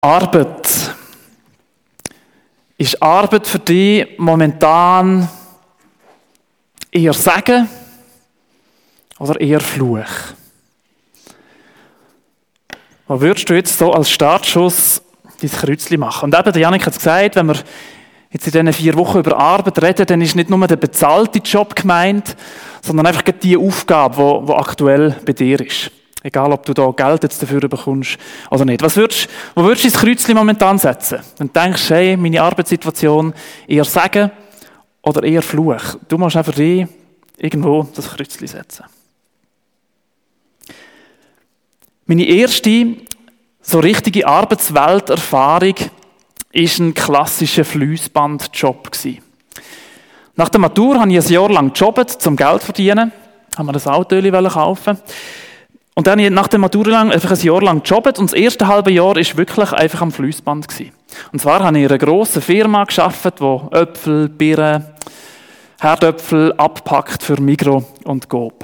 Arbeit. Ist Arbeit für dich momentan eher Segen oder eher Fluch? Was würdest du jetzt so als Startschuss dein Kreuzchen machen? Und eben, der Janik hat es gesagt, wenn wir jetzt in diesen 4 Wochen über Arbeit reden, dann ist nicht nur der bezahlte Job gemeint, sondern einfach die Aufgabe, die aktuell bei dir ist. Egal, ob du da Geld jetzt dafür bekommst oder nicht. Wo würdest du dein Kreuzchen momentan setzen? Wenn du denkst, hey, meine Arbeitssituation eher Segen oder eher Fluch. Du musst einfach dich irgendwo das Kreuzchen setzen. Meine erste so richtige Arbeitswelterfahrung war ein klassischer Fliessbandjob. Nach der Matur habe ich ein Jahr lang gejobbt, um Geld zu verdienen. Haben wir ein Auto kaufen. Und dann habe ich nach der Matura einfach ein Jahr lang gejobbt und das erste halbe Jahr war wirklich einfach am Fliessband. Und zwar habe ich in einer grossen Firma gearbeitet, die Äpfel, Birnen, Herdöpfel abpackt für Migros und Coop.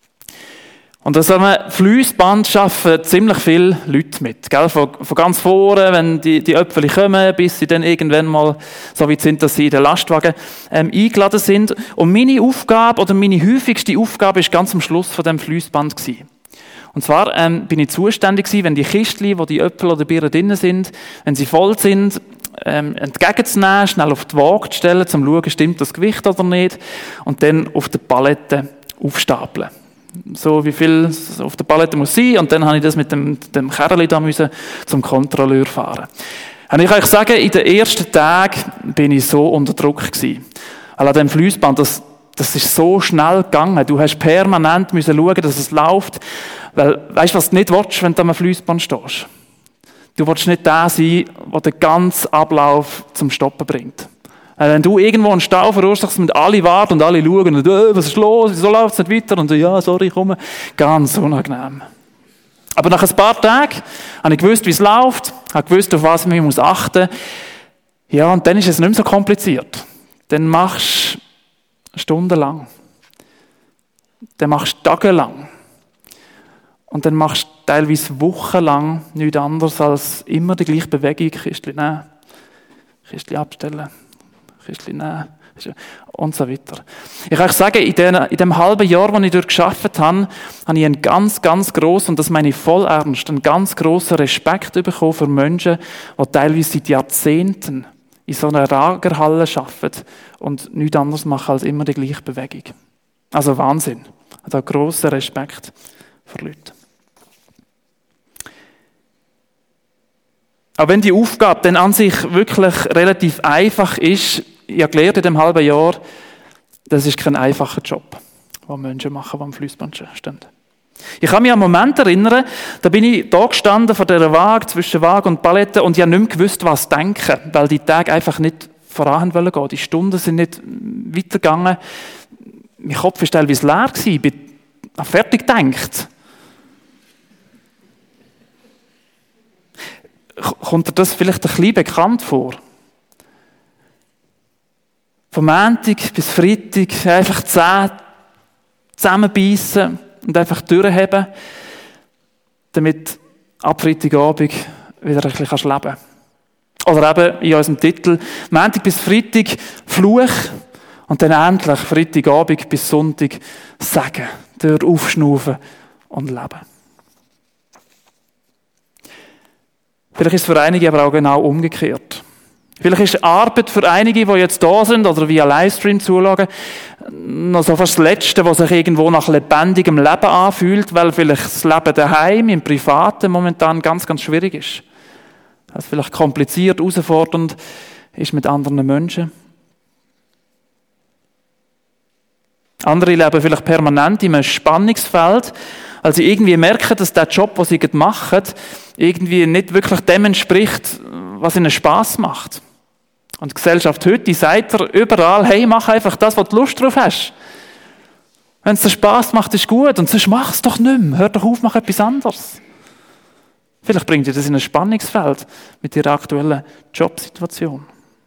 Und an so einem Fliessband arbeiten ziemlich viele Leute mit. Gell? Von ganz vorne, wenn die Äpfel kommen, bis sie dann irgendwann mal so weit sind, dass sie in den Lastwagen eingeladen sind. Und meine Aufgabe, oder meine häufigste Aufgabe, war ganz am Schluss von dem Fliessband. Und zwar bin ich zuständig gewesen, wenn die Kistchen, wo die Äpfel oder Birnen drin sind, wenn sie voll sind, entgegenzunehmen, schnell auf die Waage zu stellen, um zu schauen, stimmt das Gewicht oder nicht, und dann auf der Palette aufstapeln. So wie viel es auf der Palette muss sein, und dann habe ich das mit dem Kerli da müssen zum Kontrolleur fahren. Und ich kann euch sagen, in den ersten Tagen bin ich so unter Druck gewesen. Weil an dem Fliessband, das ist so schnell gegangen. Du hast permanent müssen schauen, dass es läuft. Weil, weißt du, was du nicht willst, wenn du am Fliessband stehst? Du willst nicht der sein, der den ganzen Ablauf zum Stoppen bringt. Wenn du irgendwo einen Stau verursachst, müssen alle warten und alle schauen und was ist los, wieso läuft es nicht weiter? Und ja, sorry, komm. Ganz unangenehm. Aber nach ein paar Tagen habe ich gewusst, wie es läuft, habe gewusst, auf was ich achten muss. Ja, und dann ist es nicht mehr so kompliziert. Dann machst du stundenlang. Dann machst du tagelang. Und dann machst du teilweise wochenlang nichts anderes als immer die gleiche Bewegung. Kistchen nehmen, Kistchen abstellen, Kistchen nehmen und so weiter. Ich kann euch sagen, in dem halben Jahr, wo ich dort gearbeitet habe, habe ich einen ganz, ganz grossen, und das meine ich voll ernst, einen ganz grossen Respekt bekommen für Menschen, die teilweise seit Jahrzehnten in so einer Lagerhalle arbeiten und nichts anderes machen als immer die gleiche Bewegung. Also Wahnsinn. Ich habe grossen Respekt für Leute. Auch wenn die Aufgabe dann an sich wirklich relativ einfach ist, ich habe gelernt in dem halben Jahr, das ist kein einfacher Job, den Menschen machen, die am Fliessband stehen. Ich kann mich an einen Moment erinnern, da bin ich da gestanden vor dieser Waage, zwischen Waage und Palette, und ich habe nicht mehr gewusst, was denken, weil die Tage einfach nicht voran gehen wollten. Die Stunden sind nicht weitergegangen. Mein Kopf war teilweise leer gewesen, ich bin fertig gedacht. Kommt dir das vielleicht ein bisschen bekannt vor? Vom Montag bis Freitag einfach 10 zusammenbeissen und einfach durchheben, damit ab Freitagabend wieder ein bisschen leben kannst. Oder eben in unserem Titel, Montag bis Freitag Fluch und dann endlich Freitagabend bis Sonntag Segen, durch aufschnaufen und leben. Vielleicht ist es für einige aber auch genau umgekehrt. Vielleicht ist Arbeit für einige, die jetzt da sind oder via Livestream zuschauen, noch so fast das Letzte, was sich irgendwo nach lebendigem Leben anfühlt, weil vielleicht das Leben daheim, im Privaten momentan ganz, ganz schwierig ist. Es vielleicht kompliziert, herausfordernd ist mit anderen Menschen. Andere leben vielleicht permanent in einem Spannungsfeld, weil sie irgendwie merken, dass der Job, den sie machen, irgendwie nicht wirklich dem entspricht, was ihnen Spass macht. Und die Gesellschaft heute, die sagt dir überall, hey, mach einfach das, was du Lust drauf hast. Wenn es dir Spass macht, ist gut, und sonst mach es doch nicht mehr. Hör doch auf, mach etwas anderes. Vielleicht bringt dir das in ein Spannungsfeld mit ihrer aktuellen Jobsituation.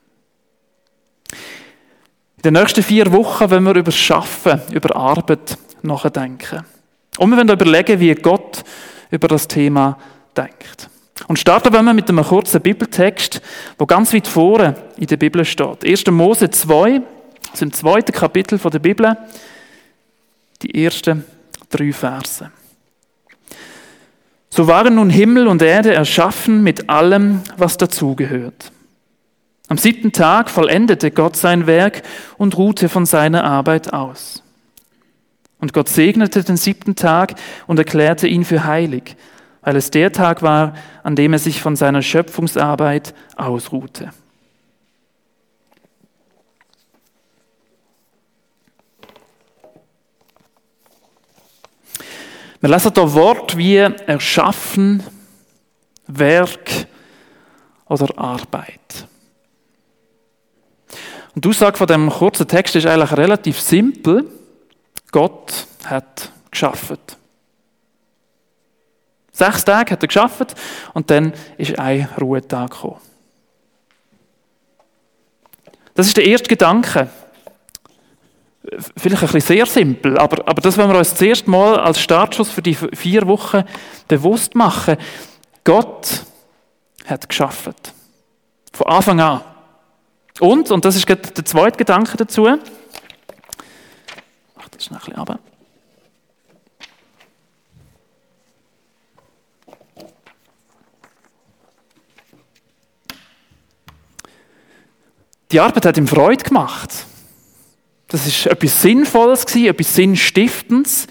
In den nächsten 4 Wochen wollen wir über das Schaffen, über Arbeit nachdenken. Und wir wollen überlegen, wie Gott über das Thema denkt. Und starten wollen wir mit einem kurzen Bibeltext, der ganz weit vorne in der Bibel steht. 1. Mose 2, das ist im 2. Kapitel der Bibel, die ersten 3 Verse. So waren nun Himmel und Erde erschaffen mit allem, was dazugehört. Am 7. Tag vollendete Gott sein Werk und ruhte von seiner Arbeit aus. Und Gott segnete den 7. Tag und erklärte ihn für heilig, weil es der Tag war, an dem er sich von seiner Schöpfungsarbeit ausruhte. Wir lesen hier Wort wie erschaffen, Werk oder Arbeit. Und die Aussage von diesem kurzen Text ist eigentlich relativ simpel. Gott hat geschaffen. 6 Tage hat er geschafft und dann ist ein Ruhetag gekommen. Das ist der erste Gedanke. Vielleicht ein bisschen sehr simpel, aber das wollen wir uns zuerst mal als Startschuss für die 4 Wochen bewusst machen. Gott hat geschaffen. Von Anfang an. Und das ist der zweite Gedanke dazu. Ich mache das schnell ein bisschen runter. Die Arbeit hat ihm Freude gemacht. Das ist etwas Sinnvolles gewesen, etwas Sinnstiftendes.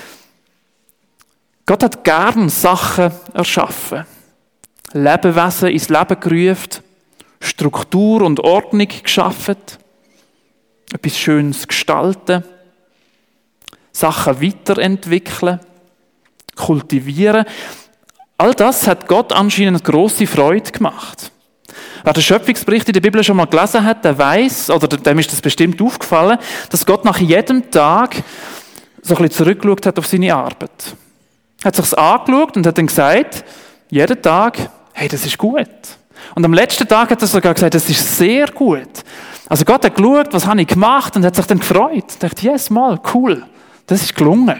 Gott hat gern Sachen erschaffen. Lebewesen ins Leben gerufen, Struktur und Ordnung geschaffen, etwas Schönes gestalten, Sachen weiterentwickeln, kultivieren. All das hat Gott anscheinend grosse Freude gemacht. Wer den Schöpfungsbericht in der Bibel schon mal gelesen hat, der weiss, oder dem ist das bestimmt aufgefallen, dass Gott nach jedem Tag so ein bisschen zurückgeschaut hat auf seine Arbeit. Er hat sich's angeschaut und hat dann gesagt, jeden Tag, hey, das ist gut. Und am letzten Tag hat er sogar gesagt, das ist sehr gut. Also Gott hat geschaut, was habe ich gemacht und hat sich dann gefreut. Und dachte, yes, mal, cool, das ist gelungen.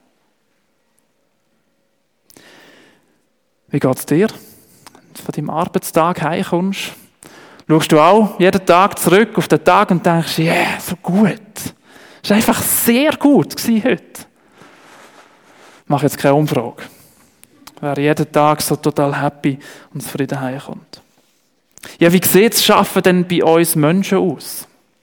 Wie geht's dir? Wenn du von deinem Arbeitstag heimkommst, schaust du auch jeden Tag zurück auf den Tag und denkst, yeah, so gut. Es war einfach sehr gut heute. Ich mache jetzt keine Umfrage. Wer jeden Tag so total happy und zufrieden heimkommt. Ja, wie sieht das Schaffen denn bei uns Menschen aus?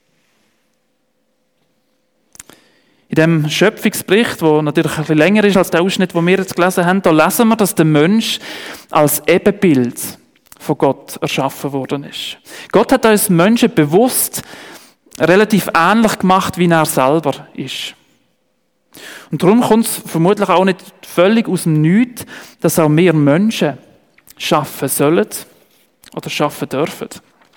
In dem Schöpfungsbericht, der natürlich ein bisschen länger ist als der Ausschnitt, den wir jetzt gelesen haben, da lesen wir, dass der Mensch als Ebenbild von Gott erschaffen worden ist. Gott hat uns Menschen bewusst relativ ähnlich gemacht, wie er selber ist. Und darum kommt es vermutlich auch nicht völlig aus dem Nichts, dass auch wir Menschen schaffen sollen oder schaffen dürfen.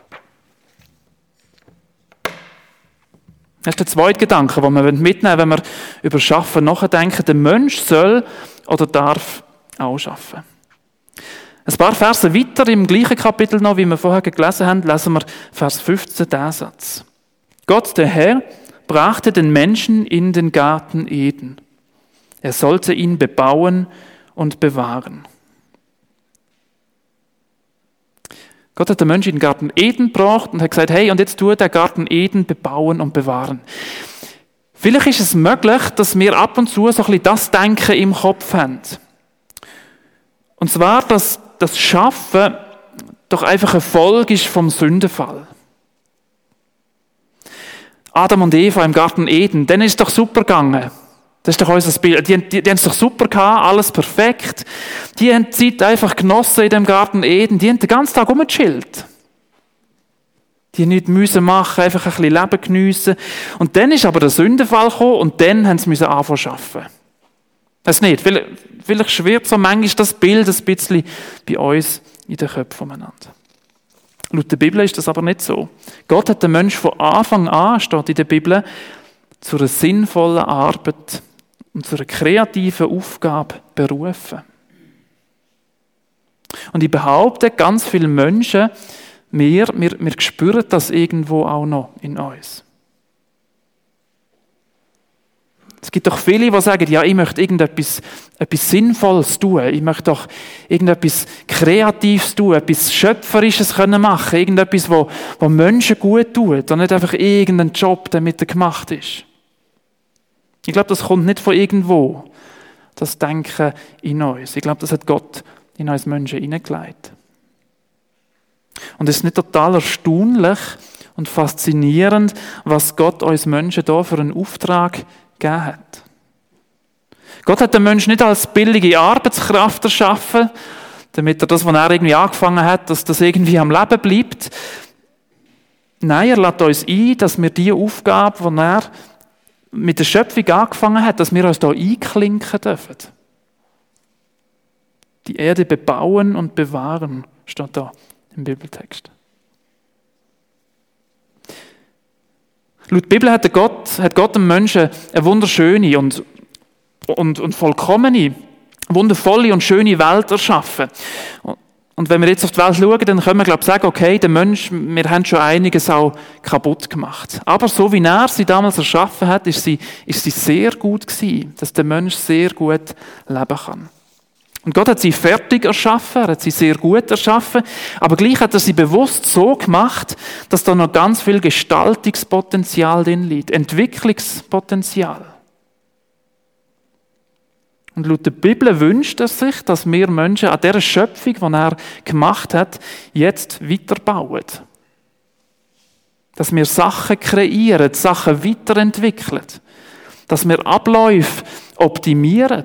Das ist der zweite Gedanke, den wir mitnehmen wollen, wenn wir über Schaffen nachdenken. Der Mensch soll oder darf auch schaffen. Ein paar Verse weiter im gleichen Kapitel noch, wie wir vorher gelesen haben, lesen wir Vers 15, den Satz. Gott, der Herr, brachte den Menschen in den Garten Eden. Er sollte ihn bebauen und bewahren. Gott hat den Menschen in den Garten Eden gebracht und hat gesagt, hey, und jetzt tu den Garten Eden bebauen und bewahren. Vielleicht ist es möglich, dass wir ab und zu so ein bisschen das Denken im Kopf haben. Und zwar, dass das Schaffen doch einfach eine Folge ist vom Sündenfall. Adam und Eva im Garten Eden, denen ist es doch super gegangen. Das ist doch unser Bild. Die haben es doch super gehabt, alles perfekt. Die haben die Zeit einfach genossen in dem Garten Eden. Die haben den ganzen Tag rumgechillt. Die haben nichts müssen machen, einfach ein bisschen Leben geniessen. Und dann ist aber der Sündenfall gekommen und dann haben sie anfangen zu arbeiten. Das nicht. Vielleicht schwirrt so manchmal das Bild ein bisschen bei uns in den Köpfen voneinander. Laut der Bibel ist das aber nicht so. Gott hat den Menschen von Anfang an, steht in der Bibel, zu einer sinnvollen Arbeit und zu einer kreativen Aufgabe berufen. Und ich behaupte, ganz viele Menschen, wir spüren das irgendwo auch noch in uns. Es gibt doch viele, die sagen, ja, ich möchte etwas Sinnvolles tun. Ich möchte doch irgendetwas Kreatives tun, etwas Schöpferisches machen, irgendetwas, wo Menschen gut tut und nicht einfach irgendein Job, der mit gemacht ist. Ich glaube, das kommt nicht von irgendwo, das Denken in uns. Ich glaube, das hat Gott in uns Menschen hineingelegt. Und es ist nicht total erstaunlich und faszinierend, was Gott uns Menschen da für einen Auftrag gegeben hat. Gott hat den Menschen nicht als billige Arbeitskraft erschaffen, damit er das, was er irgendwie angefangen hat, dass das irgendwie am Leben bleibt. Nein, er lädt uns ein, dass wir die Aufgabe, die er mit der Schöpfung angefangen hat, dass wir uns da einklinken dürfen. Die Erde bebauen und bewahren, steht da im Bibeltext. Laut der Bibel hat Gott dem Menschen eine wunderschöne und vollkommene, wundervolle und schöne Welt erschaffen. Und wenn wir jetzt auf die Welt schauen, dann können wir, sagen, okay, der Mensch, wir haben schon einiges auch kaputt gemacht. Aber so wie er sie damals erschaffen hat, ist sie sehr gut gewesen, dass der Mensch sehr gut leben kann. Und Gott hat sie fertig erschaffen, er hat sie sehr gut erschaffen, aber gleich hat er sie bewusst so gemacht, dass da noch ganz viel Gestaltungspotenzial drin liegt, Entwicklungspotenzial. Und laut der Bibel wünscht er sich, dass wir Menschen an dieser Schöpfung, die er gemacht hat, jetzt weiterbauen. Dass wir Sachen kreieren, Sachen weiterentwickeln. Dass wir Abläufe optimieren.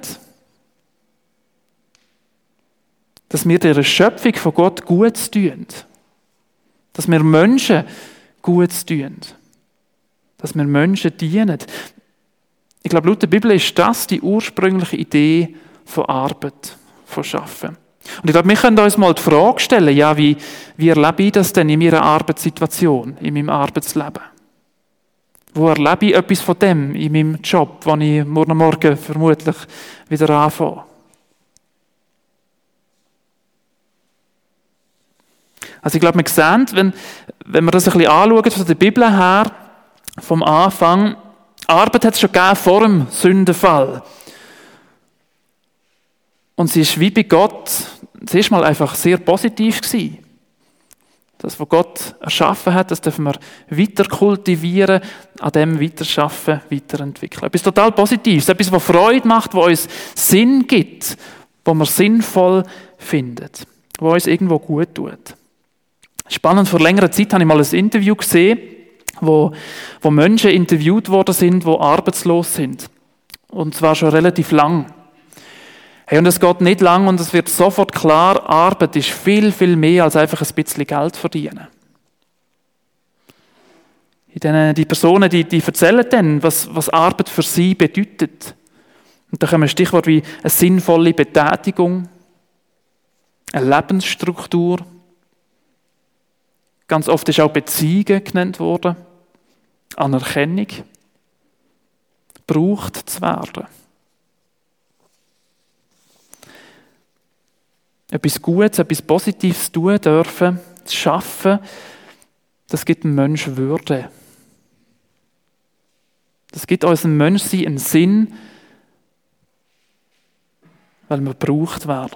Dass wir dieser Schöpfung von Gott Gutes tun. Dass wir Menschen Gutes tun. Dass wir Menschen dienen. Ich glaube, laut der Bibel ist das die ursprüngliche Idee von Arbeit, von Schaffen. Und ich glaube, wir können uns mal die Frage stellen, ja, wie erlebe ich das denn in meiner Arbeitssituation, in meinem Arbeitsleben? Wo erlebe ich etwas von dem in meinem Job, wo ich morgen vermutlich wieder anfange? Also ich glaube, wir sehen, wenn wir das ein bisschen anschauen, von der Bibel her, vom Anfang, Arbeit hat es schon gegeben vor dem Sündenfall. Und sie ist wie bei Gott zuerst mal einfach sehr positiv gewesen. Das, was Gott erschaffen hat, das dürfen wir weiter kultivieren, an dem weiterschaffen, weiterentwickeln. Etwas total Positives, etwas, was Freude macht, was uns Sinn gibt, was wir sinnvoll finden, was uns irgendwo gut tut. Spannend, vor längerer Zeit habe ich mal ein Interview gesehen, wo Menschen interviewt worden sind, die arbeitslos sind. Und zwar schon relativ lang. Hey, und es geht nicht lang und es wird sofort klar, Arbeit ist viel, viel mehr als einfach ein bisschen Geld verdienen. Die Personen, die erzählen dann, was Arbeit für sie bedeutet. Und da kommen Stichworte wie eine sinnvolle Betätigung, eine Lebensstruktur. Ganz oft ist auch Beziehungen genannt worden. Anerkennung. Gebraucht zu werden. Etwas Gutes, etwas Positives tun dürfen, zu schaffen, das gibt dem Menschen Würde. Das gibt unserem Menschsein einen Sinn, weil wir gebraucht werden.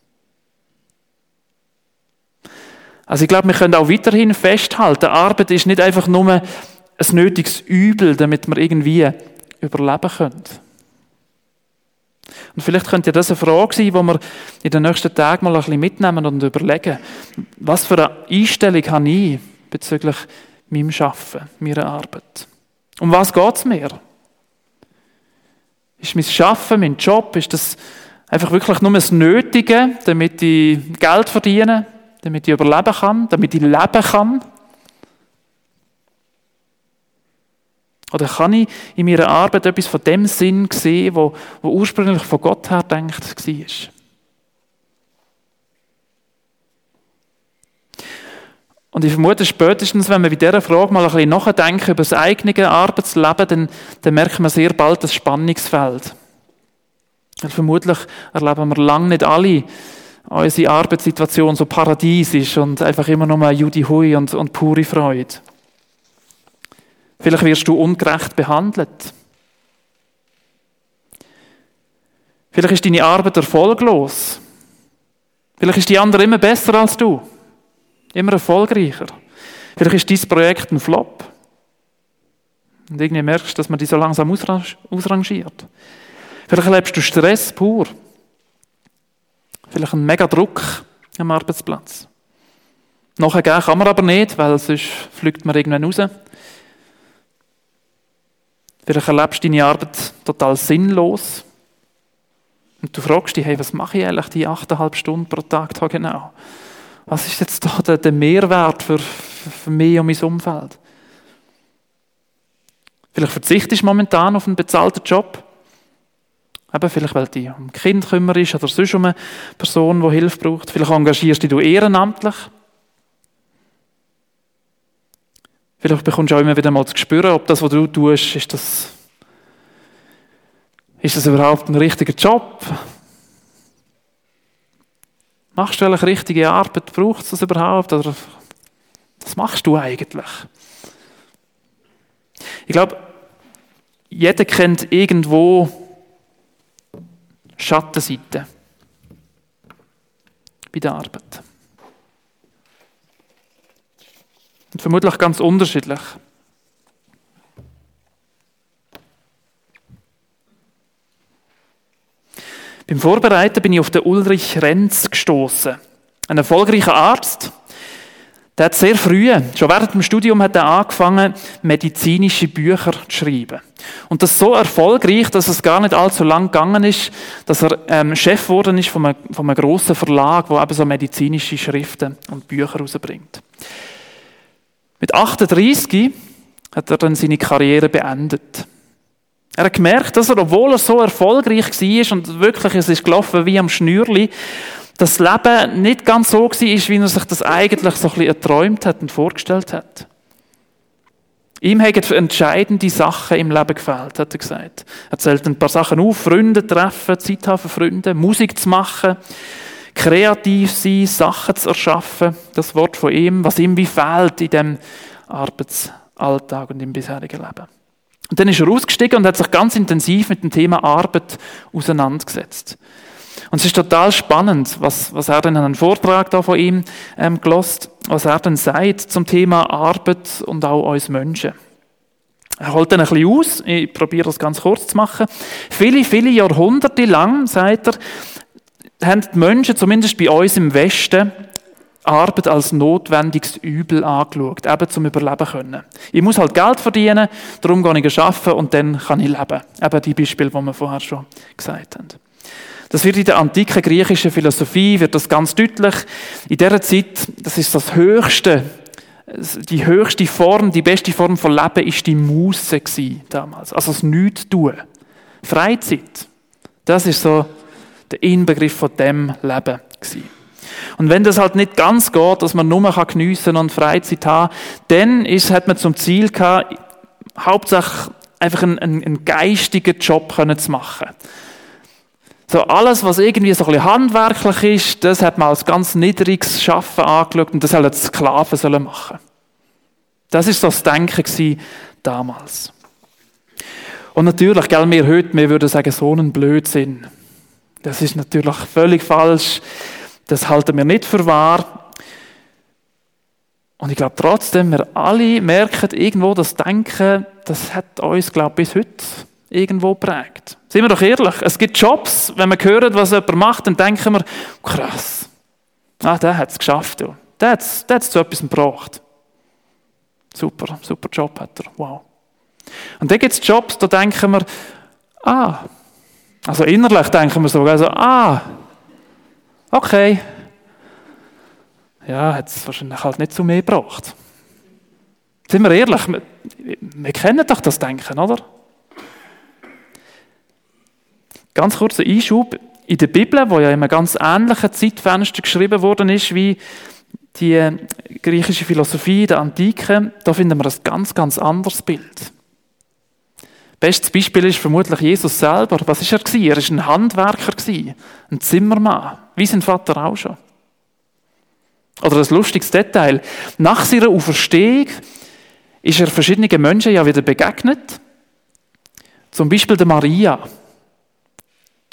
Also ich glaube, wir können auch weiterhin festhalten, Arbeit ist nicht einfach nur ein nötiges Übel, damit wir irgendwie überleben können. Und vielleicht könnte das eine Frage sein, die wir in den nächsten Tagen mal ein bisschen mitnehmen und überlegen, was für eine Einstellung habe ich bezüglich meinem Arbeiten, meiner Arbeit? Um was geht es mir? Ist mein Arbeiten, mein Job, ist das einfach wirklich nur das Nötige, damit ich Geld verdiene, damit ich überleben kann, damit ich leben kann? Oder kann ich in meiner Arbeit etwas von dem Sinn sehen, wo ursprünglich von Gott her gedacht war? Und ich vermute, spätestens, wenn wir bei dieser Frage mal ein bisschen nachdenken über das eigene Arbeitsleben, dann merken wir sehr bald das Spannungsfeld. Weil vermutlich erleben wir lange nicht alle unsere Arbeitssituation so paradiesisch und einfach immer nur Judi Hui und pure Freude. Vielleicht wirst du ungerecht behandelt. Vielleicht ist deine Arbeit erfolglos. Vielleicht ist die andere immer besser als du. Immer erfolgreicher. Vielleicht ist dein Projekt ein Flop. Und irgendwie merkst du, dass man dich so langsam ausrangiert. Vielleicht erlebst du Stress pur. Vielleicht einen mega Druck am Arbeitsplatz. Nachher gehen kann man aber nicht, weil sonst fliegt man irgendwann raus. Vielleicht erlebst du deine Arbeit total sinnlos. Und du fragst dich, hey, was mache ich eigentlich die 8,5 Stunden pro Tag da genau? Was ist jetzt da der Mehrwert für mich und mein Umfeld? Vielleicht verzichtest du momentan auf einen bezahlten Job. Eben vielleicht, weil du dich um ein Kind kümmerst oder sonst um eine Person, die Hilfe braucht. Vielleicht engagierst du dich ehrenamtlich. Vielleicht bekommst du auch immer wieder mal zu spüren, ob das, was du tust, ist das überhaupt ein richtiger Job? Machst du eigentlich richtige Arbeit? Braucht es das überhaupt? Oder was machst du eigentlich? Ich glaube, jeder kennt irgendwo Schattenseiten bei der Arbeit. Und vermutlich ganz unterschiedlich. Beim Vorbereiten bin ich auf den Ulrich Renz gestoßen, ein erfolgreicher Arzt. Der hat sehr früh, schon während dem Studium, hat er angefangen, medizinische Bücher zu schreiben. Und das so erfolgreich, dass es gar nicht allzu lang gegangen ist, dass er Chef geworden ist von einem grossen Verlag, der eben so medizinische Schriften und Bücher herausbringt. Mit 38 hat er dann seine Karriere beendet. Er hat gemerkt, dass er, obwohl er so erfolgreich war und wirklich es ist gelaufen wie am Schnürli, das Leben nicht ganz so war, wie er sich das eigentlich so ein bisschen erträumt hat und vorgestellt hat. Ihm haben entscheidende Sachen im Leben gefehlt, hat er gesagt. Er zählt ein paar Sachen auf: Freunde treffen, Zeit haben für Freunde, Musik zu machen, kreativ sein, Sachen zu erschaffen. Das Wort von ihm, was ihm wie fehlt in dem Arbeitsalltag und im bisherigen Leben. Und dann ist er ausgestiegen und hat sich ganz intensiv mit dem Thema Arbeit auseinandergesetzt. Und es ist total spannend, was er dann an einem Vortrag da von ihm gehört, was er dann sagt zum Thema Arbeit und auch uns Menschen. Er holt dann ein bisschen aus, ich probiere das ganz kurz zu machen. Viele Jahrhunderte lang, sagt er, haben die Menschen, zumindest bei uns im Westen, Arbeit als notwendiges Übel angeschaut, eben zum Überleben können. Ich muss halt Geld verdienen, darum gehe ich arbeiten und dann kann ich leben. Eben die Beispiele, die wir vorher schon gesagt haben. Das wird in der antiken griechischen Philosophie wird das ganz deutlich. In dieser Zeit, das ist das Höchste, die höchste Form, die beste Form von Leben ist die Muße damals. Also das Nichtstun. Freizeit. Das ist so der Inbegriff von dem Leben gewesen. Und wenn das halt nicht ganz geht, dass man nur geniessen und Freizeit haben, dann hat man zum Ziel gehabt, hauptsächlich einfach einen geistigen Job zu machen. So alles, was irgendwie so ein bisschen handwerklich ist, das hat man als ganz niedriges Schaffen angeschaut und das sollen die Sklaven machen. Das ist so das Denken damals. Und natürlich, wir würden sagen, so einen Blödsinn. Das ist natürlich völlig falsch. Das halten wir nicht für wahr. Und ich glaube trotzdem, wir alle merken irgendwo, das Denken, das hat uns, glaube ich, bis heute irgendwo prägt. Seien wir doch ehrlich, es gibt Jobs, wenn wir hören, was jemand macht, dann denken wir, krass, der hat es geschafft. Ja. Der hat es zu etwas gebracht. Super Job hat er, wow. Und dann gibt es Jobs, da denken wir, also innerlich denken wir sogar so, okay, ja, hat es wahrscheinlich halt nicht zu mehr gebracht. Seien wir ehrlich, wir kennen doch das Denken, oder? Ganz kurzer Einschub. In der Bibel, wo ja in einem ganz ähnlichen Zeitfenster geschrieben worden ist, wie die griechische Philosophie der Antike, da finden wir ein ganz, ganz anderes Bild. Bestes Beispiel ist vermutlich Jesus selber. Was war er? Er war ein Handwerker, ein Zimmermann, wie sein Vater auch schon. Oder ein lustiges Detail. Nach seiner Auferstehung ist er verschiedenen Menschen ja wieder begegnet. Zum Beispiel der Maria.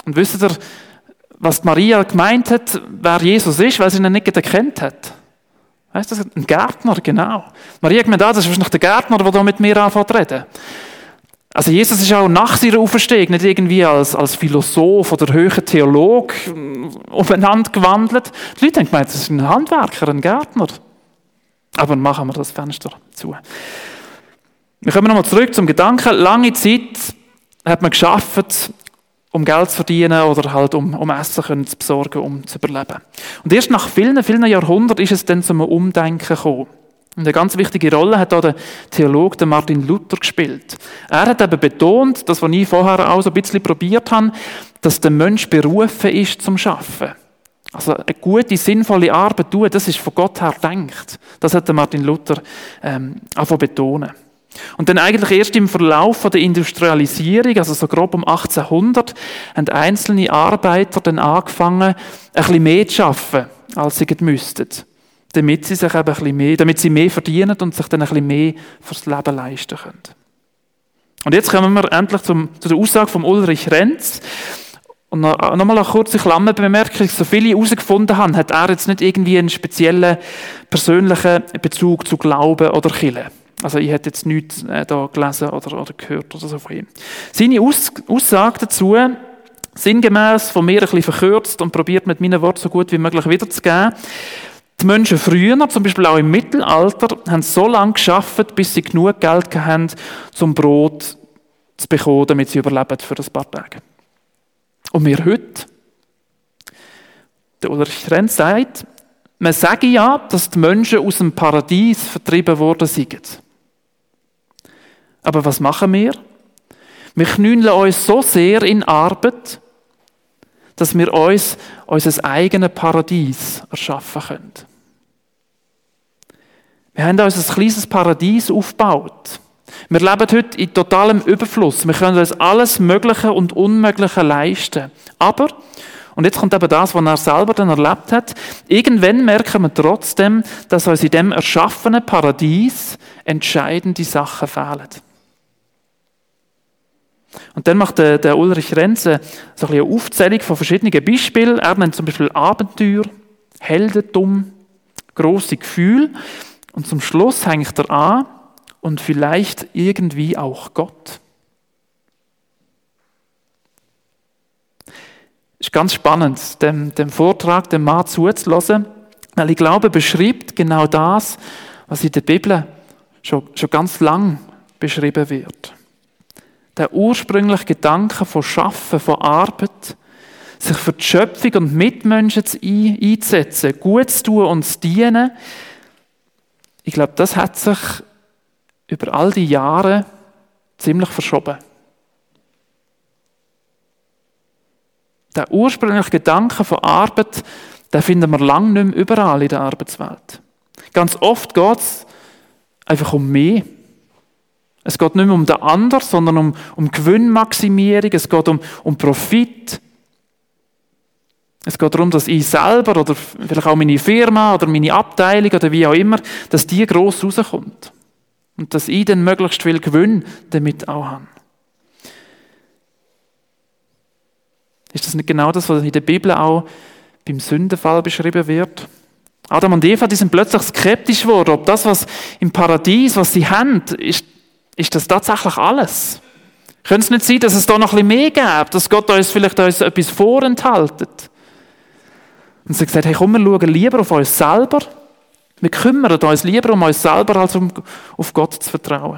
Und wisst ihr, was Maria gemeint hat, wer Jesus ist, weil sie ihn nicht erkannt hat? Weißt du, ein Gärtner, genau. Maria hat gemeint, das ist wahrscheinlich der Gärtner, der da mit mir anfängt zu reden. Also Jesus ist auch nach seiner Auferstehung nicht irgendwie als Philosoph oder höherer Theolog umeinander gewandelt. Die Leute haben gemeint, das ist ein Handwerker, ein Gärtner. Aber machen wir das Fenster zu. Wir kommen nochmal zurück zum Gedanken. Lange Zeit hat man gearbeitet, um Geld zu verdienen oder halt um Essen zu besorgen, um zu überleben. Und erst nach vielen, vielen Jahrhunderten ist es dann zum Umdenken gekommen. Und eine ganz wichtige Rolle hat da der Theologe Martin Luther gespielt. Er hat eben betont, das, was ich vorher auch so ein bisschen probiert habe, dass der Mensch berufen ist zum Arbeiten. Also eine gute, sinnvolle Arbeit tun, das ist von Gott her gedacht. Das hat der Martin Luther auch betonen. Und dann eigentlich erst im Verlauf der Industrialisierung, also so grob um 1800, haben einzelne Arbeiter dann angefangen, ein bisschen mehr zu arbeiten, als sie müssten. Damit sie sich eben ein bisschen mehr, damit sie mehr verdienen und sich dann ein bisschen mehr fürs Leben leisten können. Und jetzt kommen wir endlich zu der Aussage von Ulrich Renz. Und nochmal eine kurze Klammerbemerkung. So viele herausgefunden haben, hat er jetzt nicht irgendwie einen speziellen persönlichen Bezug zu Glauben oder Kirche. Also ich hätte jetzt nichts da gelesen oder gehört oder so von ihm. Seine Aussage dazu, sinngemäß von mir ein bisschen verkürzt und probiert mit meinen Worten so gut wie möglich wiederzugeben. Die Menschen früher, zum Beispiel auch im Mittelalter, haben so lange gearbeitet, bis sie genug Geld hatten, um Brot zu bekommen, damit sie überleben für ein paar Tage. Und wir heute, der Ulrich Renz sagt, man sage ja, dass die Menschen aus dem Paradies vertrieben worden sind. Aber was machen wir? Wir knündeln uns so sehr in Arbeit, dass wir uns unser eigenes Paradies erschaffen können. Wir haben uns ein kleines Paradies aufgebaut. Wir leben heute in totalem Überfluss. Wir können uns alles Mögliche und Unmögliche leisten. Aber, und jetzt kommt eben das, was er selber dann erlebt hat, irgendwann merken wir trotzdem, dass uns in dem erschaffenen Paradies entscheidende Sachen fehlen. Und dann macht der Ulrich Renz so eine Aufzählung von verschiedenen Beispielen. Er nennt zum Beispiel Abenteuer, Heldentum, grosse Gefühle. Und zum Schluss hängt er an und vielleicht irgendwie auch Gott. Es ist ganz spannend, dem Vortrag, dem Mann zuzuhören, weil ich glaube, er beschreibt genau das, was in der Bibel schon ganz lang beschrieben wird. Der ursprüngliche Gedanke von Schaffen, von Arbeit, sich für die Schöpfung und Mitmenschen einzusetzen, gut zu tun und zu dienen, ich glaube, das hat sich über all die Jahre ziemlich verschoben. Der ursprüngliche Gedanke von Arbeit, den finden wir lange nicht mehr überall in der Arbeitswelt. Ganz oft geht es einfach um mehr. Es geht nicht mehr um den anderen, sondern um Gewinnmaximierung, es geht um Profit. Es geht darum, dass ich selber oder vielleicht auch meine Firma oder meine Abteilung oder wie auch immer, dass die gross rauskommt. Und dass ich dann möglichst viel Gewinn damit auch habe. Ist das nicht genau das, was in der Bibel auch beim Sündenfall beschrieben wird? Adam und Eva, die sind plötzlich skeptisch geworden, ob das, was im Paradies, was sie haben, ist das tatsächlich alles? Könnte es nicht sein, dass es da noch ein bisschen mehr gibt, dass Gott uns vielleicht etwas vorenthaltet? Und sie hat gesagt, hey, komm, wir schauen lieber auf uns selber. Wir kümmern uns lieber um uns selber, als um auf Gott zu vertrauen.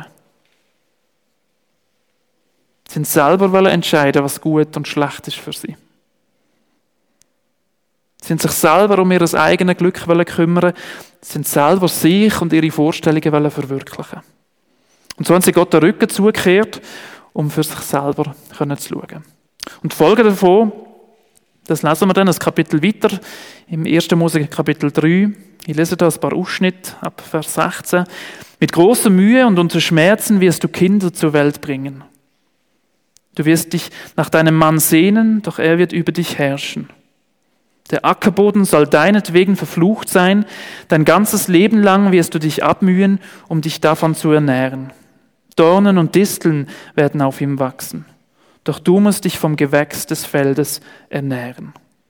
Sie sind selber entscheiden, was gut und schlecht ist für sie. Sie sind sich selber um ihr eigenes Glück kümmern. Sie sind selber sich und ihre Vorstellungen verwirklichen. Und so haben sie Gott den Rücken zugekehrt, um für sich selber zu schauen. Und die Folge davon, das lesen wir dann ein Kapitel weiter, im 1. Mose Kapitel 3. Ich lese da ein paar Ausschnitte ab Vers 16. Mit großer Mühe und unter Schmerzen wirst du Kinder zur Welt bringen. Du wirst dich nach deinem Mann sehnen, doch er wird über dich herrschen. Der Ackerboden soll deinetwegen verflucht sein, dein ganzes Leben lang wirst du dich abmühen, um dich davon zu ernähren. Dornen und Disteln werden auf ihm wachsen. doch du musst dich vom Gewächs des Feldes ernähren.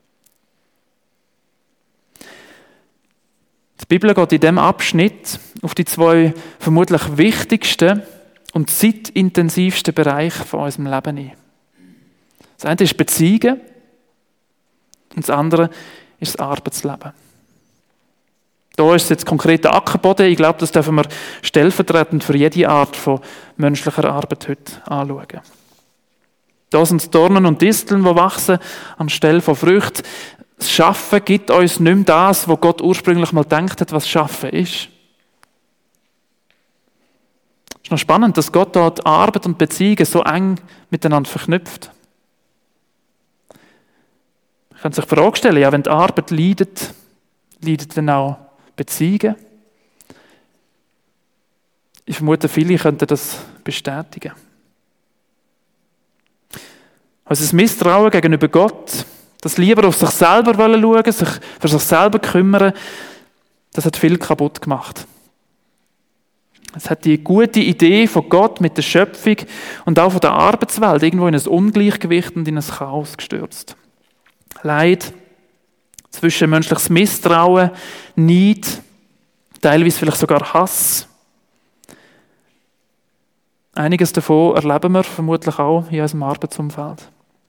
Die Bibel geht in diesem Abschnitt auf die zwei vermutlich wichtigsten und zeitintensivsten Bereiche von unserem Leben ein. Das eine ist Beziehungen und das andere ist das Arbeitsleben. Da ist jetzt konkret der Ackerboden. Ich glaube, das dürfen wir stellvertretend für jede Art von menschlicher Arbeit heute anschauen. Da sind es Dornen und Disteln, die wachsen anstelle von Früchten. Das Schaffen gibt uns nicht mehr das, was Gott ursprünglich mal gedacht hat, was Schaffen ist. Es ist noch spannend, dass Gott dort Arbeit und Beziehungen so eng miteinander verknüpft. Man kann sich die Frage stellen, ja, wenn die Arbeit leidet, leidet dann auch Beziehungen? Ich vermute, viele könnten das bestätigen. Unser Misstrauen gegenüber Gott, das lieber auf sich selber schauen, sich für sich selber kümmern, das hat viel kaputt gemacht. Es hat die gute Idee von Gott mit der Schöpfung und auch von der Arbeitswelt irgendwo in ein Ungleichgewicht und in ein Chaos gestürzt. Leid, zwischenmenschliches Misstrauen, Neid, teilweise vielleicht sogar Hass. Einiges davon erleben wir vermutlich auch in unserem Arbeitsumfeld.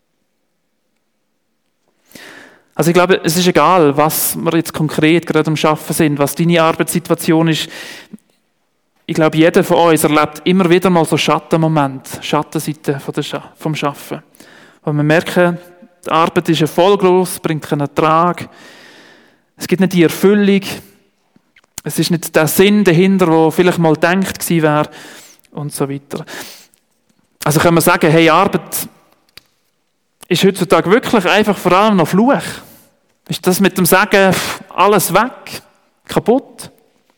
Also ich glaube, es ist egal, was wir jetzt konkret gerade am Arbeiten sind, was deine Arbeitssituation ist. Ich glaube, jeder von uns erlebt immer wieder mal so Schattenmomente, Schattenseiten vom Arbeiten. Wo wir merken, die Arbeit ist erfolglos, bringt keinen Ertrag. Es gibt nicht die Erfüllung. Es ist nicht der Sinn dahinter, der vielleicht mal gedacht gewesen wäre und so weiter. Also können wir sagen, hey, Arbeit ist heutzutage wirklich einfach vor allem noch Fluch. Ist das mit dem Sagen, alles weg, kaputt?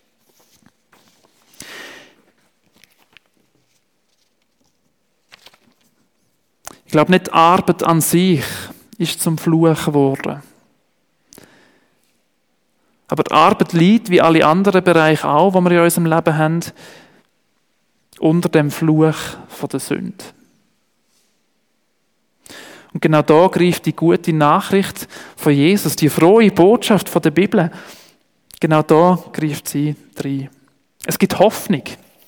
Ich glaube nicht, die Arbeit an sich ist zum Fluch geworden. Aber die Arbeit liegt, wie alle anderen Bereiche auch, die wir in unserem Leben haben, unter dem Fluch von der Sünde. Und genau da greift die gute Nachricht von Jesus, die frohe Botschaft von der Bibel, genau da greift sie rein. Es gibt Hoffnung.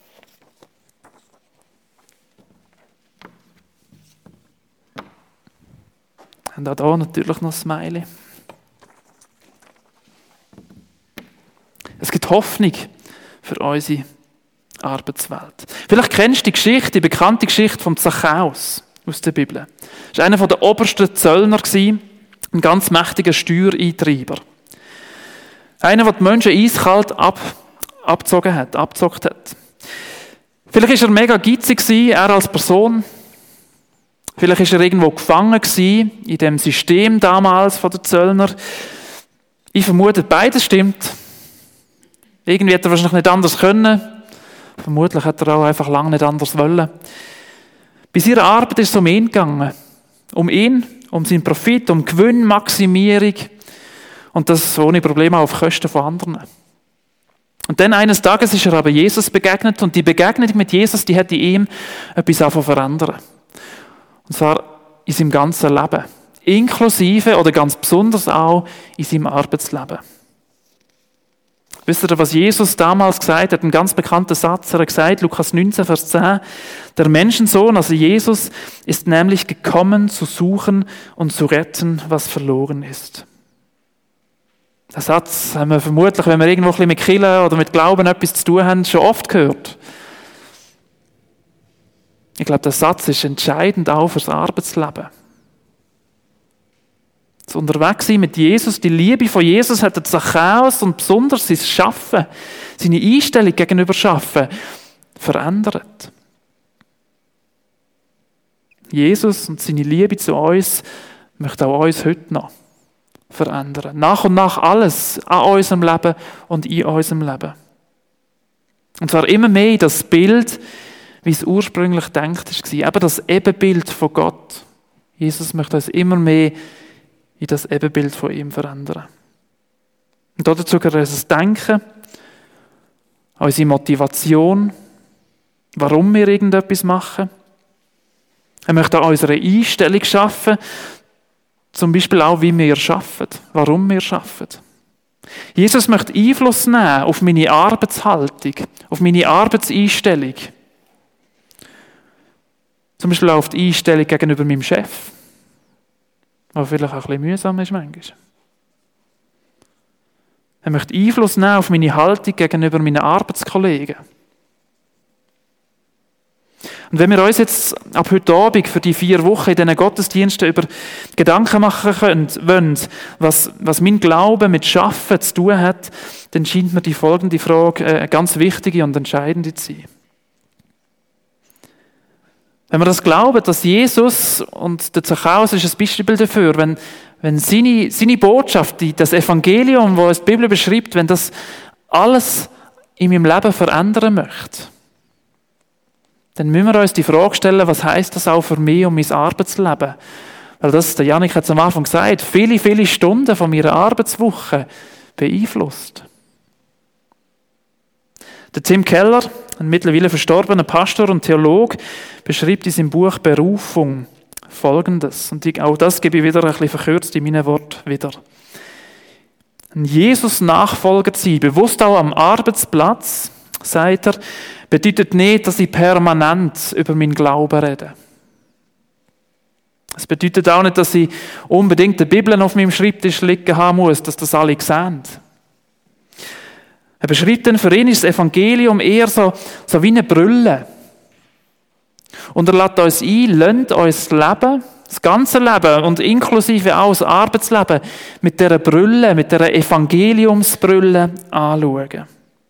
Und auch da natürlich noch ein Smiley. Es gibt Hoffnung für unsere Arbeitswelt. Vielleicht kennst du die Geschichte, die bekannte Geschichte vom Zachäus aus der Bibel. Er war einer der obersten Zöllner, ein ganz mächtiger Steuereintreiber. Einer, der die Menschen eiskalt abgezockt hat. Vielleicht war er mega geizig, er als Person. Vielleicht war er irgendwo gefangen in dem System damals von den Zöllner. Ich vermute, beides stimmt. Irgendwie hätte er wahrscheinlich nicht anders können. Vermutlich hat er auch einfach lange nicht anders wollen. Bei seiner Arbeit ist es um ihn gegangen. Um ihn, um seinen Profit, um Gewinnmaximierung. Und das ohne Probleme auf Kosten von anderen. Und dann eines Tages ist er aber Jesus begegnet und die Begegnung mit Jesus, die hat in ihm etwas angefangen zu verändern. Und zwar in seinem ganzen Leben. Inklusive oder ganz besonders auch in seinem Arbeitsleben. Wisst ihr, was Jesus damals gesagt hat? Ein ganz bekannter Satz. Er hat gesagt, Lukas 19, Vers 10, der Menschensohn, also Jesus, ist nämlich gekommen, zu suchen und zu retten, was verloren ist. Den Satz haben wir vermutlich, wenn wir irgendwo ein bisschen mit Kirche oder mit Glauben etwas zu tun haben, schon oft gehört. Ich glaube, der Satz ist entscheidend auch für das Arbeitsleben. Das Unterwegssein mit Jesus, die Liebe von Jesus hat den Zachäus und besonders sein Schaffen, seine Einstellung gegenüber Schaffen verändert. Jesus und seine Liebe zu uns möchte auch uns heute noch verändern. Nach und nach alles an unserem Leben und in unserem Leben. Und zwar immer mehr das Bild, wie es ursprünglich gedacht war. Eben das Ebenbild von Gott. Jesus möchte uns immer mehr in das Ebenbild von ihm verändern. Und dazu gehört unser Denken, unsere Motivation, warum wir irgendetwas machen. Er möchte an unserer Einstellung schaffen, zum Beispiel auch, wie wir arbeiten, warum wir arbeiten. Jesus möchte Einfluss nehmen auf meine Arbeitshaltung, auf meine Arbeitseinstellung. Zum Beispiel auch auf die Einstellung gegenüber meinem Chef, was vielleicht auch ein bisschen mühsam ist manchmal. Er möchte Einfluss nehmen auf meine Haltung gegenüber meinen Arbeitskollegen. Und wenn wir uns jetzt ab heute Abend für die 4 Wochen in diesen Gottesdiensten über Gedanken machen wollen, was mein Glaube mit Schaffen zu tun hat, dann scheint mir die folgende Frage eine ganz wichtige und entscheidende zu sein. Wenn wir das glauben, dass Jesus, und der Zachäus ist ein Beispiel dafür, wenn seine Botschaft, das Evangelium, das die Bibel beschreibt, wenn das alles in meinem Leben verändern möchte, dann müssen wir uns die Frage stellen, was heisst das auch für mich und mein Arbeitsleben? Weil das, der Janik hat es am Anfang gesagt, viele, viele Stunden von meiner Arbeitswoche beeinflusst. Der Tim Keller, ein mittlerweile verstorbener Pastor und Theologe, beschreibt in seinem Buch Berufung Folgendes. Und auch das gebe ich wieder ein bisschen verkürzt in meinen Worten wieder. Ein Jesus-Nachfolger zu sein, bewusst auch am Arbeitsplatz, sagt er, bedeutet nicht, dass ich permanent über meinen Glauben rede. Es bedeutet auch nicht, dass ich unbedingt die Bibel auf meinem Schreibtisch liegen haben muss, dass das alle sehen. Er beschreibt dann, für ihn ist das Evangelium eher so wie eine Brille. Und er lädt uns ein, lasst uns das Leben, das ganze Leben und inklusive auch das Arbeitsleben mit dieser Brille, mit dieser Evangeliumsbrille anschauen.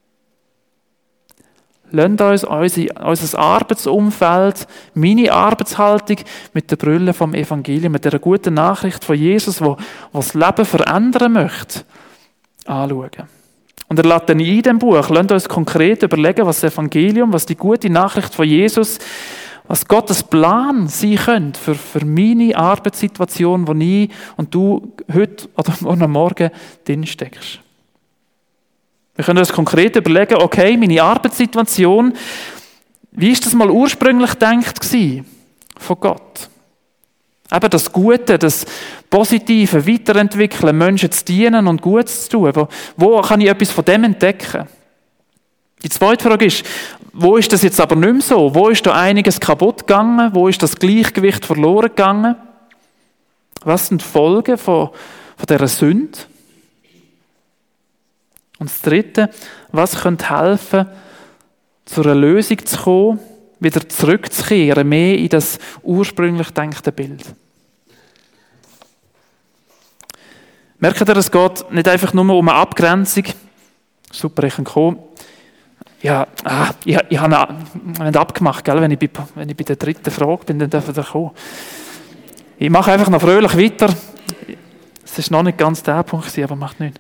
Lasst uns unser Arbeitsumfeld, meine Arbeitshaltung mit der Brille vom Evangelium, mit dieser guten Nachricht von Jesus, die das Leben verändern möchte, anschauen. Und er lädt dann in diesem Buch, lasst uns konkret überlegen, was das Evangelium, was die gute Nachricht von Jesus, was Gottes Plan sein könnte für meine Arbeitssituation, wo ich und du heute oder morgen drin steckst. Wir können uns konkret überlegen, okay, meine Arbeitssituation, wie ist das mal ursprünglich gedacht gewesen von Gott? Eben das Gute, das Positive, Weiterentwickeln, Menschen zu dienen und Gutes zu tun. Wo kann ich etwas von dem entdecken? Die zweite Frage ist, wo ist das jetzt aber nicht mehr so? Wo ist da einiges kaputt gegangen? Wo ist das Gleichgewicht verloren gegangen? Was sind die Folgen von dieser Sünde? Und das Dritte, was könnte helfen, zu einer Lösung zu kommen, wieder zurückzukehren, mehr in das ursprünglich gedachte Bild? Merkt ihr, es geht nicht einfach nur um eine Abgrenzung. Super, ich kann kommen. Ja, ich habe abgemacht, gell? Wenn ich bei der dritten Frage bin, dann darf ich kommen. Ich mache einfach noch fröhlich weiter. Es ist noch nicht ganz der Punkt, aber macht nichts.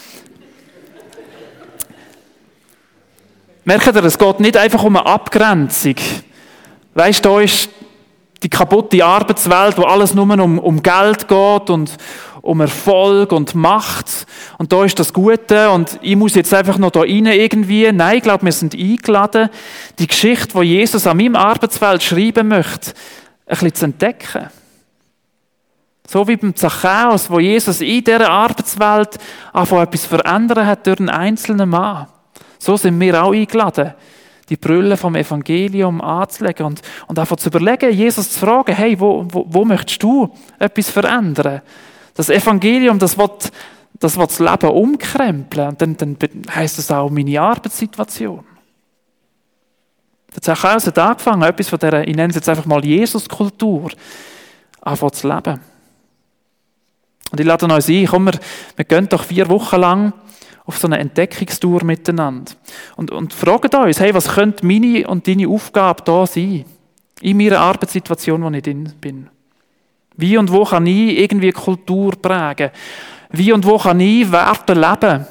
Merkt ihr, es geht nicht einfach um eine Abgrenzung. Weißt du, da ist die kaputte Arbeitswelt, wo alles nur um Geld geht und um Erfolg und Macht. Und da ist das Gute und ich muss jetzt einfach noch da rein irgendwie. Nein, ich glaube, wir sind eingeladen, die Geschichte, die Jesus an meinem Arbeitsfeld schreiben möchte, ein bisschen zu entdecken. So wie beim Zachäus, wo Jesus in dieser Arbeitswelt anfangen etwas verändern hat durch einen einzelnen Mann. So sind wir auch eingeladen, die Brille vom Evangelium anzulegen und einfach zu überlegen, Jesus zu fragen, hey, wo möchtest du etwas verändern? Das Evangelium, das will das Leben umkrempeln. Und dann heisst das auch meine Arbeitssituation. Der Zachäus hat angefangen, etwas von dieser, ich nenne es jetzt einfach mal Jesus-Kultur, anfangen zu leben. Und ich lade uns ein, komm, wir gehen doch 4 Wochen lang auf so eine Entdeckungstour miteinander. Und fragen uns, hey, was könnte meine und deine Aufgabe da sein? In meiner Arbeitssituation, wo ich drin bin. Wie und wo kann ich irgendwie Kultur prägen? Wie und wo kann ich Werte leben?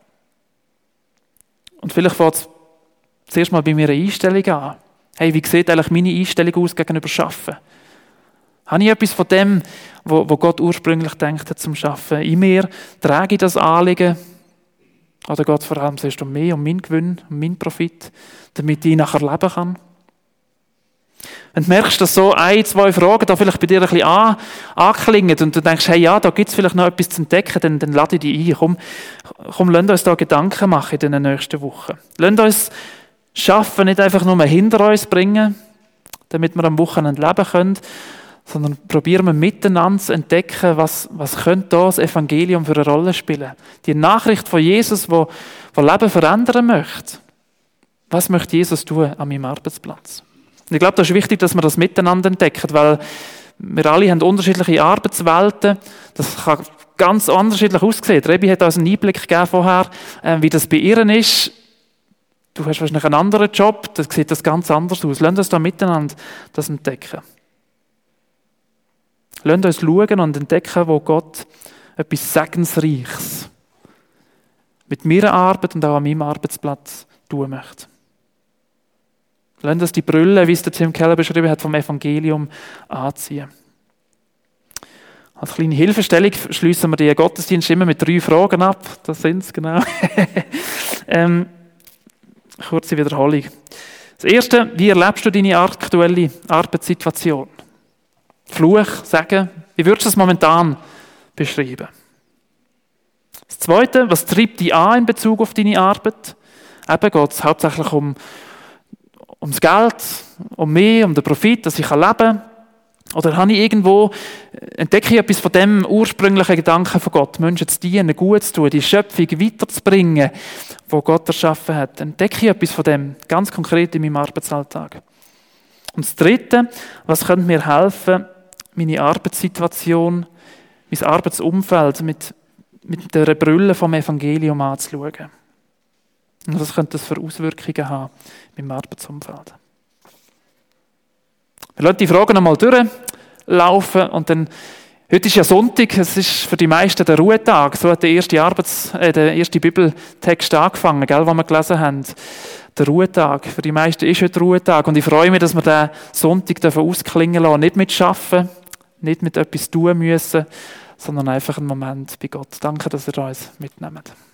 Und vielleicht fängt es zuerst mal bei mir eine Einstellung an. Hey, wie sieht eigentlich meine Einstellung aus gegenüber Arbeiten? Habe ich etwas von dem, wo Gott ursprünglich gedacht hat zum Arbeiten? In mir trage ich das Anliegen? Oder geht es vor allem zuerst um mich, um meinen Gewinn, um meinen Profit, damit ich nachher leben kann? Wenn du merkst, dass so 1, 2 Fragen da vielleicht bei dir ein bisschen anklingen und du denkst, hey, ja, da gibt es vielleicht noch etwas zu entdecken, dann lade ich dich ein. Komm, lasst uns da Gedanken machen in den nächsten Wochen. Lasst uns schaffen, nicht einfach nur hinter uns bringen, damit wir am Wochenende leben können, sondern probieren wir miteinander zu entdecken, was könnte da das Evangelium für eine Rolle spielen. Die Nachricht von Jesus, wo Leben verändern möchte. Was möchte Jesus tun an meinem Arbeitsplatz? Und ich glaube, das ist wichtig, dass wir das miteinander entdecken, weil wir alle haben unterschiedliche Arbeitswelten. Das kann ganz unterschiedlich aussehen. Rebi hat uns einen Einblick gegeben vorher, wie das bei ihr ist. Du hast wahrscheinlich einen anderen Job, da sieht das ganz anders aus. Lasst uns da miteinander das entdecken. Lasst uns schauen und entdecken, wo Gott etwas Segensreiches mit meiner Arbeit und auch an meinem Arbeitsplatz tun möchte. Lasst uns die Brille, wie es der Tim Keller beschrieben hat, vom Evangelium anziehen. Als kleine Hilfestellung schließen wir den Gottesdienst immer mit 3 Fragen ab. Das sind es, genau. Kurze Wiederholung. Das Erste, wie erlebst du deine aktuelle Arbeitssituation? Fluch, Segen, wie würdest du das momentan beschreiben? Das Zweite, was treibt dich an in Bezug auf deine Arbeit? Eben geht es hauptsächlich ums Geld, um mich, um den Profit, dass ich leben kann. Oder habe ich irgendwo, entdecke ich etwas von dem ursprünglichen Gedanken von Gott, Menschen zu dienen, gut zu tun, die Schöpfung weiterzubringen, wo Gott erschaffen hat. Entdecke ich etwas von dem, ganz konkret in meinem Arbeitsalltag. Und das Dritte, was könnte mir helfen, meine Arbeitssituation, mein Arbeitsumfeld mit der Brille vom Evangelium anzuschauen. Und was könnte das für Auswirkungen haben in meinem Arbeitsumfeld? Wir lassen die Fragen einmal durchlaufen und dann, heute ist ja Sonntag, es ist für die meisten der Ruhetag, so hat der erste Bibeltext angefangen, gell, den wir gelesen haben. Der Ruhetag, für die meisten ist heute Ruhetag und ich freue mich, dass wir den Sonntag ausklingen lassen, nicht mit Arbeiten, nicht mit etwas tun müssen, sondern einfach einen Moment bei Gott. Danke, dass ihr uns mitnehmt.